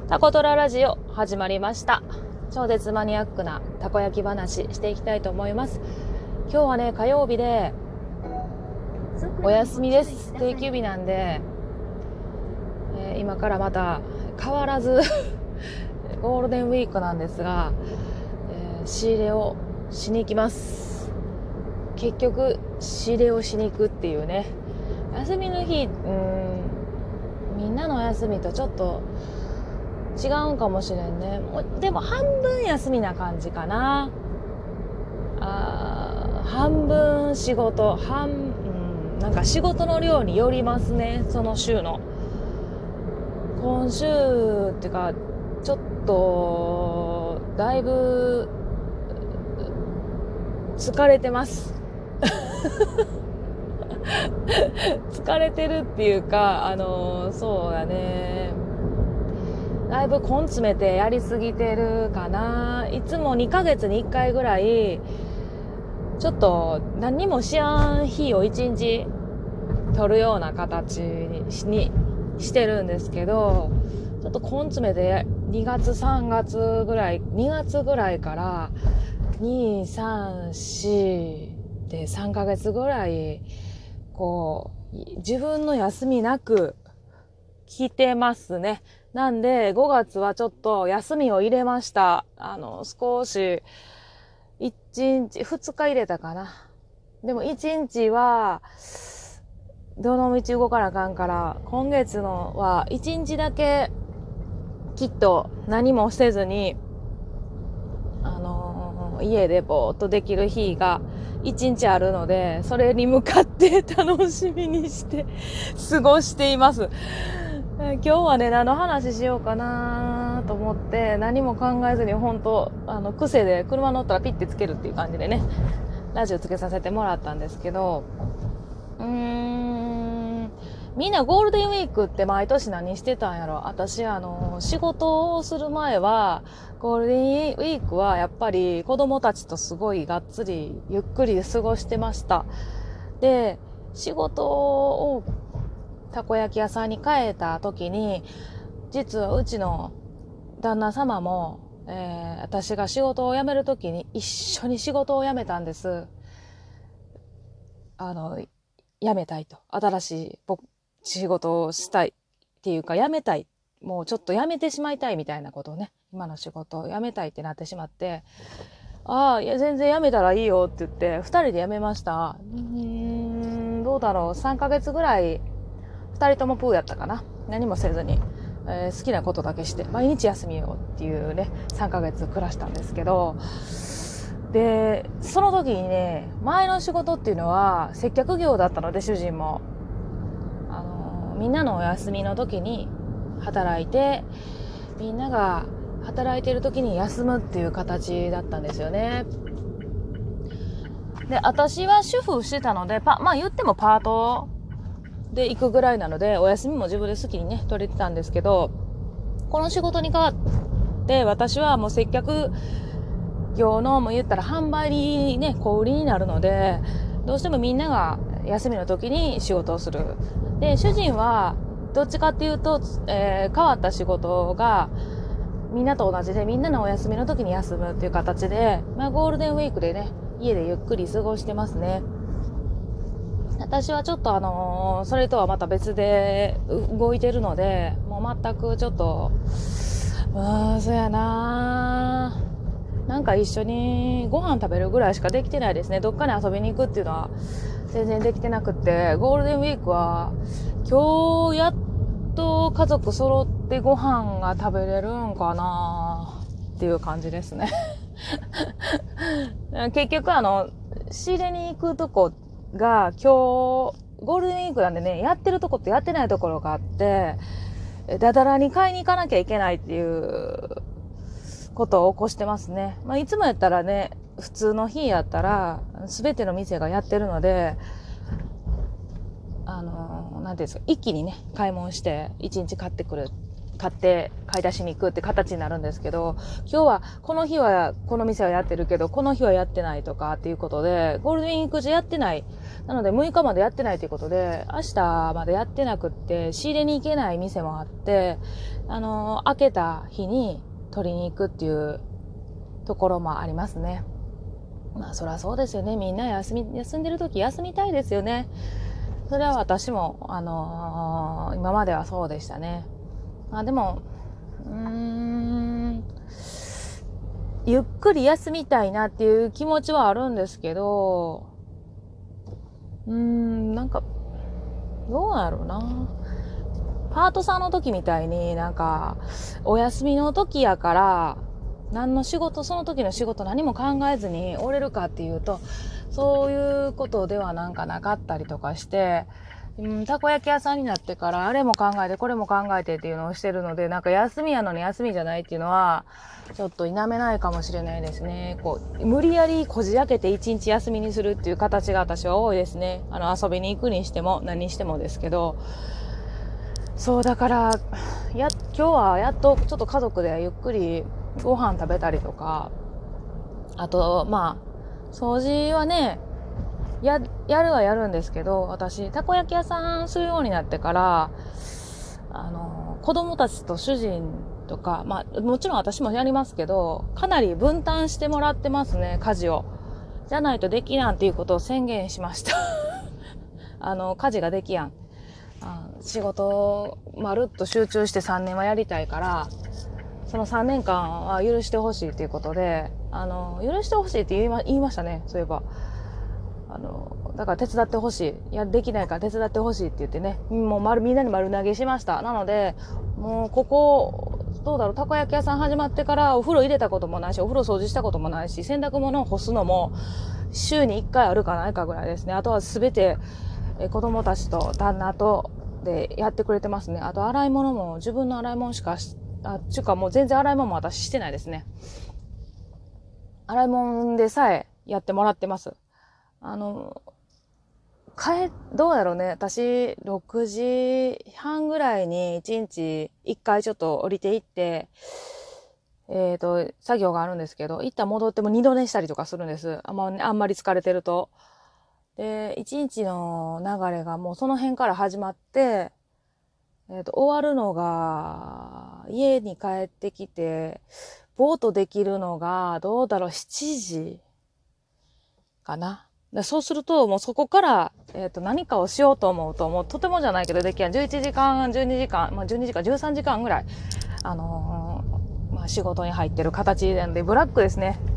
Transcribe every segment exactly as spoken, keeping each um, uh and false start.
タコトララジオ始まりました。超絶マニアックなたこ焼き話していきたいと思います。今日はね、火曜日でお休みです。定休日なんで、えー、今からまた変わらずゴールデンウィークなんですが、えー、仕入れをしに行きます。結局仕入れをしに行くっていうね、休みの日、うーんみんなの休みとちょっと違うんかもしれんね。でも半分休みな感じかな。あ半分仕事、半、うん、なんか仕事の量によりますね。その週の今週っていうか、ちょっとだいぶ疲れてます疲れてるっていうか、あのそうだね、だいぶ根詰めてやりすぎてるかな。いつもにかげつにいっかいぐらいちょっと何にもしやん日をいちにち取るような形に し, にしてるんですけど、ちょっと根詰めてにがつさんがつぐらいにがつぐらいからにさんしでさんかげつぐらいこう自分の休みなく来てますね。なんでごがつはちょっと休みを入れました。あの少しいちにちふつか入れたかな。でもいちにちはどの道動かなあかんから、今月のはいちにちだけきっと何もせずにあのー、家でぼーっとできる日がいちにちあるので、それに向かって楽しみにして過ごしています。今日はね、何の話しようかなと思って何も考えずに、本当あの癖で車乗ったらピッてつけるっていう感じでね、ラジオつけさせてもらったんですけど、うーんみんなゴールデンウィークって毎年何してたんやろ。私あの仕事をする前はゴールデンウィークはやっぱり子供たちとすごいがっつりゆっくり過ごしてました。で、仕事をたこ焼き屋さんに変えた時に、実はうちの旦那様も、えー、私が仕事を辞める時に一緒に仕事を辞めたんです。あの辞めたいと、新しい仕事をしたいっていうか、辞めたい、もうちょっと辞めてしまいたいみたいなことをね、今の仕事を辞めたいってなってしまって、ああ、いや全然辞めたらいいよって言ってふたりで辞めました。うーんどうだろう、さんかげつぐらいふたりともプーやったかな。何もせずに、えー、好きなことだけして毎日休みよっていうね、さんかげつ暮らしたんですけど、でその時にね、前の仕事っていうのは接客業だったので、主人もあのみんなのお休みの時に働いて、みんなが働いてる時に休むっていう形だったんですよね。で、私は主婦してたので、パまあ言ってもパートで行くぐらいなので、お休みも自分で好きにね取れてたんですけど、この仕事に変わって私はもう接客業の、もう言ったら販売にね、小売りになるので、どうしてもみんなが休みの時に仕事をする。で、主人はどっちかっていうと、えー、変わった仕事がみんなと同じで、みんなのお休みの時に休むっていう形で、まあ、ゴールデンウィークでね、家でゆっくり過ごしてますね。私はちょっとあのー、それとはまた別で動いてるので、もう全くちょっとうーんそうやななんか一緒にご飯食べるぐらいしかできてないですね。どっかに遊びに行くっていうのは全然できてなくて、ゴールデンウィークは今日やっと家族揃ってご飯が食べれるんかなっていう感じですね結局あの仕入れに行くとこが今日ゴールデンウィークなんでね、やってるとこってやってないところがあって、だだらに買いに行かなきゃいけないっていうことを起こしてますね。まあ、いつもやったらね、普通の日やったら全ての店がやってるので、あのなんていうんですか、一気にね買い物していちにち買ってくる買って買い出しに行くって形になるんですけど、今日はこの日はこの店はやってるけどこの日はやってないとかっていうことで、ゴールデンウィーク中やってない、なのでむいかまでやってないということで、明日までやってなくって仕入れに行けない店もあって、あの開けた日に取りに行くっていうところもありますね。まあそりゃそうですよね。みんな休み休んでる時休みたいですよね。それは私もあのー、今まではそうでしたね。まあでもうーんゆっくり休みたいなっていう気持ちはあるんですけど、うーんなんかどうなるな。パートさんの時みたいになんかお休みの時やから何の仕事、その時の仕事何も考えずに折れるかっていうと、そういうことではなんかなかったりとかして、うん、たこ焼き屋さんになってからあれも考えてこれも考えてっていうのをしてるので、なんか休みやのに休みじゃないっていうのはちょっと否めないかもしれないですね。こう無理やりこじ開けて一日休みにするっていう形が私は多いですね。あの遊びに行くにしても何にしてもですけど、そうだからや今日はやっとちょっと家族でゆっくりご飯食べたりとか、あとまあ掃除はねややるはやるんですけど、私たこ焼き屋さんするようになってから、あの子供たちと主人とか、まあもちろん私もやりますけど、かなり分担してもらってますね、家事を。じゃないとできやんっていうことを宣言しましたあの家事ができやん、あ仕事をまるっと集中してさんねんはやりたいから、そのさんねんかんは許してほしいということで、あの許してほしいって言いま、言いましたね。そういえばあのだから手伝ってほしい、いやできないから手伝ってほしいって言ってね、もう丸みんなに丸投げしました。なのでもうここどうだろう、たこ焼き屋さん始まってからお風呂入れたこともないし、お風呂掃除したこともないし、洗濯物を干すのも週にいっかいあるかないかぐらいですね。あとは全て子供たちと旦那とでやってくれてますね。あと洗い物も自分の洗い物しかしあっちゅうかもう全然洗い物も私してないですね。洗い物でさえやってもらってます。あの帰どうだろうね、私ろくじはんぐらいにいちにちいっかいちょっと降りていってえっと作業があるんですけど、一旦戻っても二度寝したりとかするんです。あんま、あんまり疲れてると。で一日の流れがもうその辺から始まって、えっと終わるのが家に帰ってきてボートできるのがどうだろうしちじかな。でそうするともうそこから、えー、と何かをしようと思うともうとてもじゃないけどできやんじゅういちじかんじゅうにじかん、まあ、じゅうにじかんじゅうさんじかんぐらい、あのーまあ、仕事に入ってる形なんでブラックですね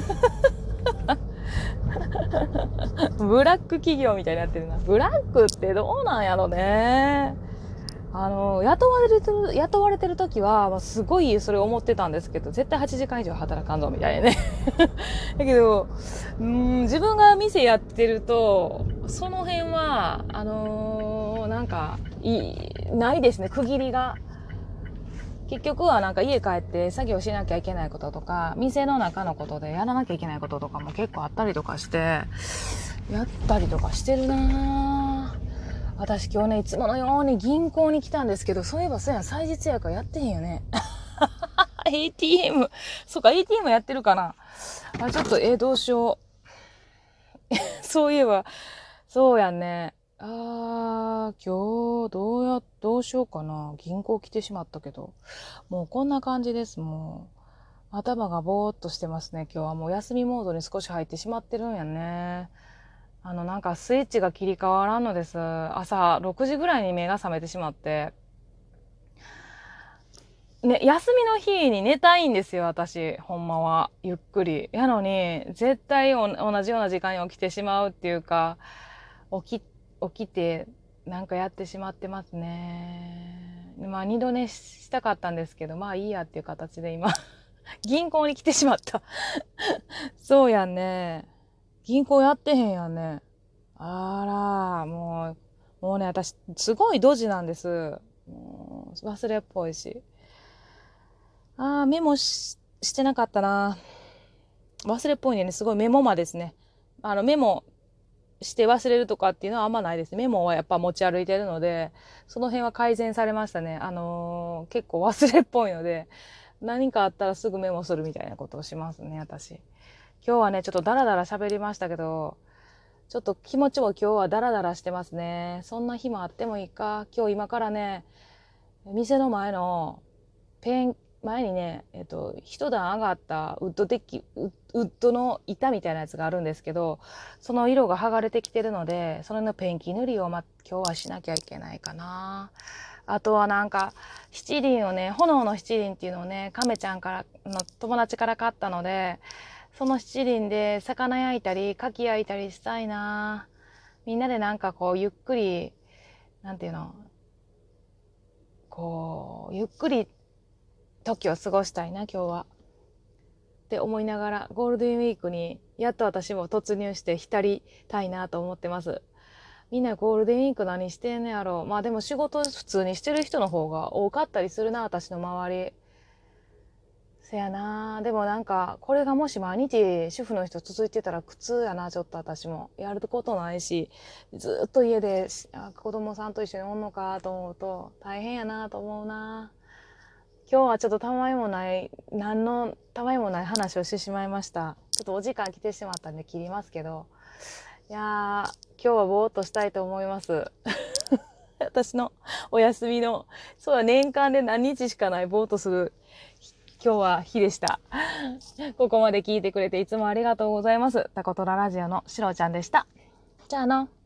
ブラック企業みたいになってるな。ブラックってどうなんやろね。あの雇われてる雇われてる時は、まあ、すごいそれ思ってたんですけど、絶対はちじかん以上働かんぞみたいなねだけどうん自分が店やってるとその辺はあのー、なんかいないですね、区切りが。結局はなんか家帰って作業しなきゃいけないこととか店の中のことでやらなきゃいけないこととかも結構あったりとかしてやったりとかしてるなぁ。私今日ねいつものように銀行に来たんですけど、そういえばそうやん祭日やからやってへんよねエーティーエム そうか エーティーエム やってるかなあ。ちょっとえー、どうしようそういえばそうやんね。あー今日どうやどうしようかな。銀行来てしまったけどもうこんな感じです。もう頭がぼーっとしてますね。今日はもう休みモードに少し入ってしまってるんやね。あのなんかスイッチが切り替わらんのです。朝ろくじぐらいに目が覚めてしまって、ね、休みの日に寝たいんですよ私ほんまは。ゆっくりやのに絶対同じような時間に起きてしまうっていうか、起き起きてなんかやってしまってますね。まあ二度寝したかったんですけど、まあいいやっていう形で今銀行に来てしまったそうやんね。銀行やってへんやんね。あらもうもうね私すごいドジなんです。もう忘れっぽいし、あーメモ し, してなかったな。忘れっぽいね。すごいメモまですね。あのメモして忘れるとかっていうのはあんまないですね。メモはやっぱ持ち歩いてるので、その辺は改善されましたね。あのー結構忘れっぽいので、何かあったらすぐメモするみたいなことをしますね、私。今日はね、ちょっとダラダラ喋りましたけど、ちょっと気持ちも今日はダラダラしてますね。そんな日もあってもいいか。今日今からね、店の前のペン、前にね、えっと、一段上がったウッドデッキ、ウウッドの板みたいなやつがあるんですけど、その色が剥がれてきてるので、それのペンキ塗りを、ま、今日はしなきゃいけないかな。あとはなんか、七輪をね、炎の七輪っていうのをね、亀ちゃんから、の友達から買ったので、その七輪で魚焼いたり、牡蠣焼いたりしたいな。みんなでなんかこう、ゆっくり、なんていうの、こう、ゆっくり時を過ごしたいな、今日は。って思いながら、ゴールデンウィークにやっと私も突入して浸りたいなと思ってます。みんなゴールデンウィーク何してんねやろう。まあでも仕事普通にしてる人の方が多かったりするな、私の周り。せやな。でもなんか、これがもし毎日主婦の人続いてたら苦痛やな、ちょっと私も。やることないし、ずっと家で子供さんと一緒におんのかと思うと大変やなと思うな。今日はちょっとたまいもない、何のたまいもない話をしてしまいました。ちょっとお時間来てしまったんで切りますけど。いやー、今日はぼーっとしたいと思います。私のお休みの、そうだ、年間で何日しかないぼーっとする今日は日でした。ここまで聞いてくれていつもありがとうございます。タコトララジオのしろちゃんでした。じゃあな。